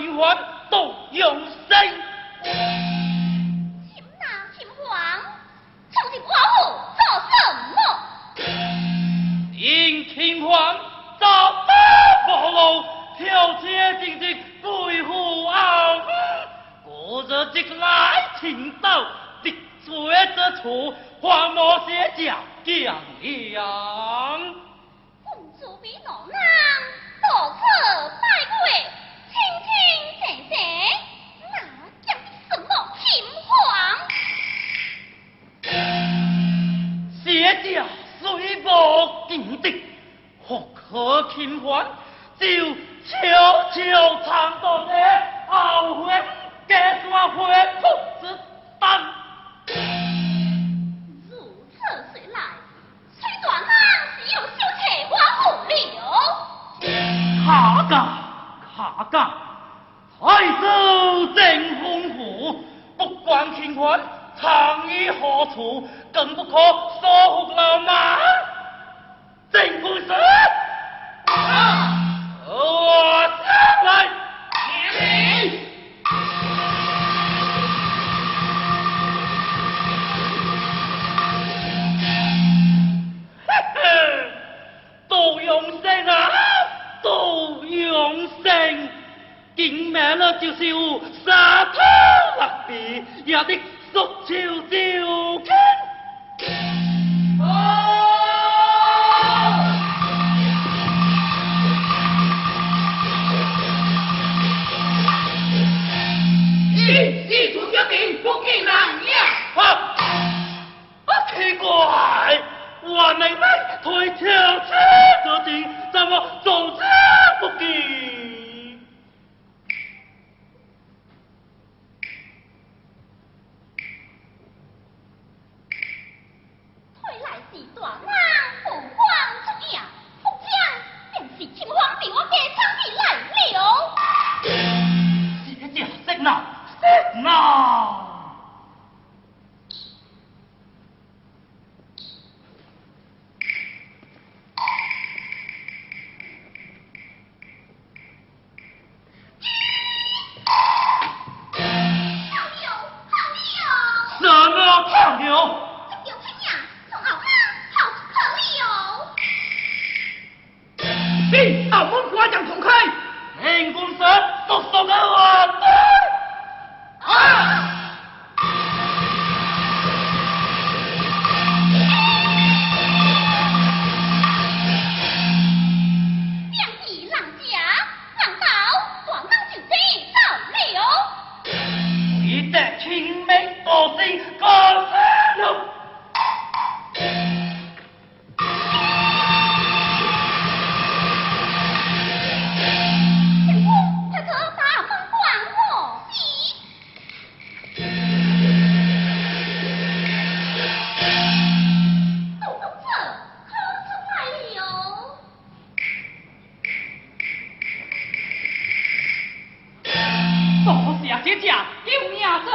平凡都有生。 秦大秦王，从今华府做什么？ 因秦王遭得暴露，挑起正直背负傲骨，故日即来请到敌罪之处，还莫写假降阳。 公主比农郎，多次拜会，清清静静，哪讲什么秦皇？ 写假虽无见的，或可秦皇就悄悄藏到这后悔加山回复之等。 如此说来，崔大郎是有小妾花不了。 卡噶，太守正丰富，不管秦皇藏于何处，更不可疏忽老马。正副使，我上来。都用心啊，都用心，竟命了就是有沙滩落地，也得速潮就看。 地主决定不给难呀！ 奇怪，我妹妹推敲车这地，怎么总是不给？ 推来是大郎不光出样，福将便是秦皇被我家抢起来了。 这叫色闹，色闹！什么漂流？ 这条天呀，从后方跑出可了。 比澳门花将同开， 连公神速速给我来！ 两地浪家，浪到大郎就这走了。 你的青梅多心高山路。 秦公，他可把门关我西。杜公子可出来了。 多谢姐姐救命者。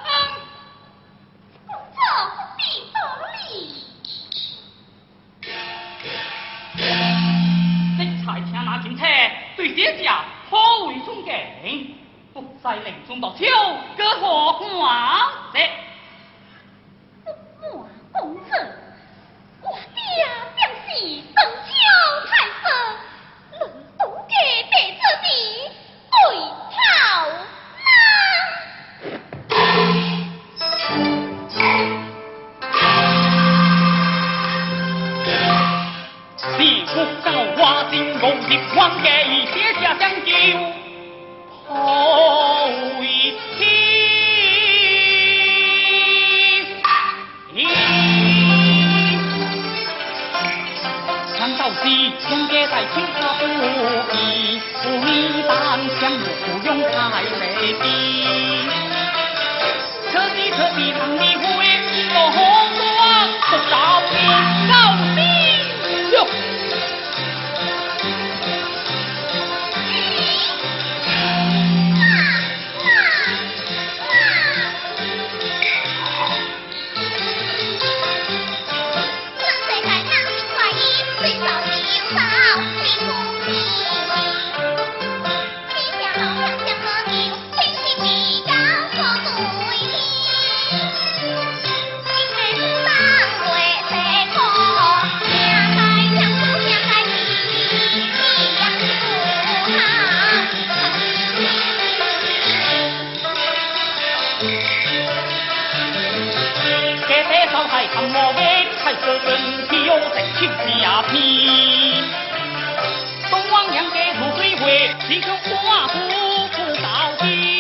公子不必多礼。 这才听那警车对姐姐好为尊敬，不再令中到秋，歌何欢这。 马公子，我爹便是邓秋太师，轮渡给白子的对头你不告花尽无力，还给姐姐相救好为天。想到是相姐在听他不义，不你单相不用太累的。可惜让你会落光，不告你哟。 你家好像什么？ 老太看我为太色人体有在求下皮。东王娘给土水会，提出花不到底。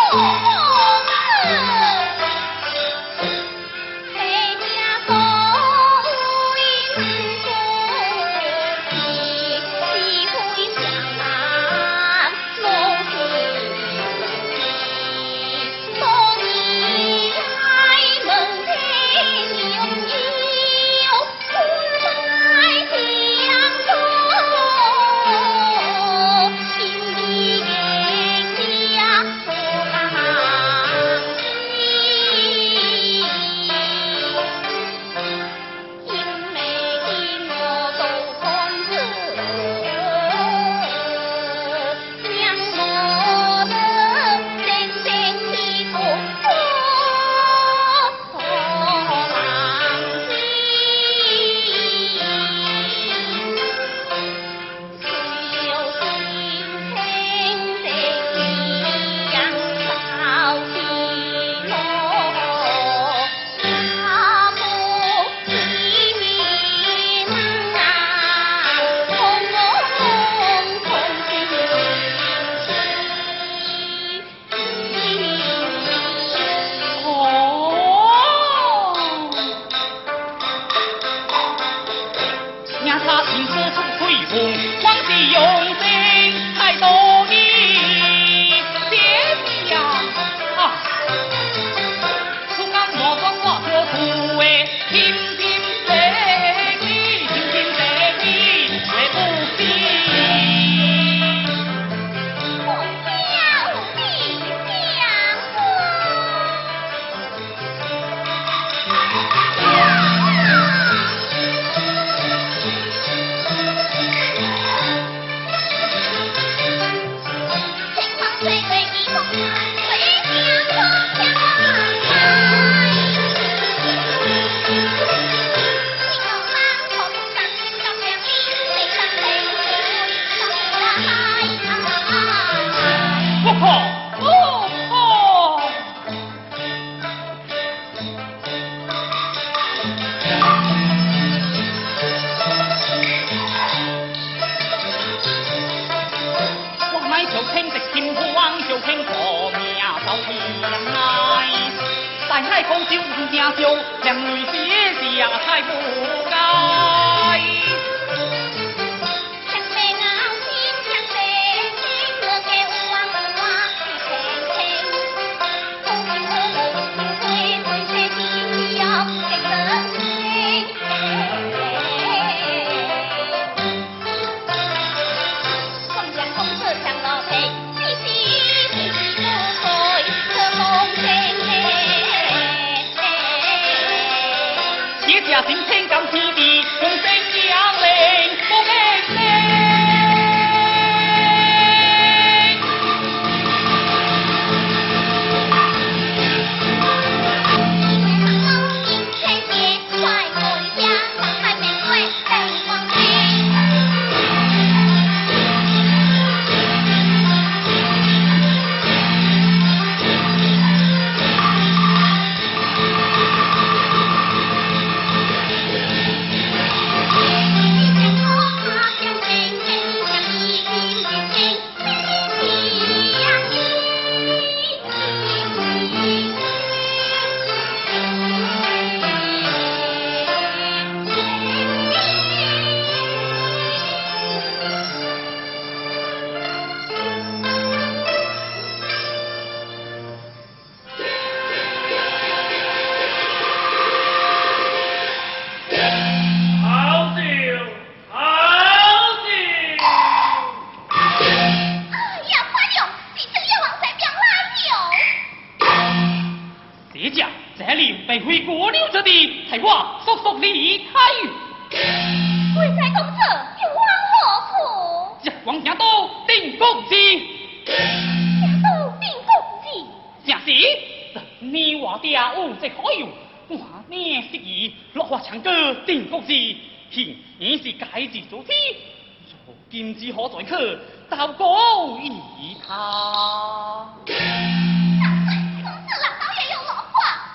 今之何在可？道高一他。 公子老道也有落话。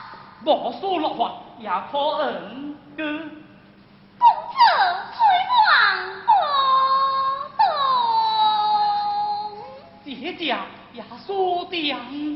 无数落法也可恩哥。 公者催往国东。 姐姐也输定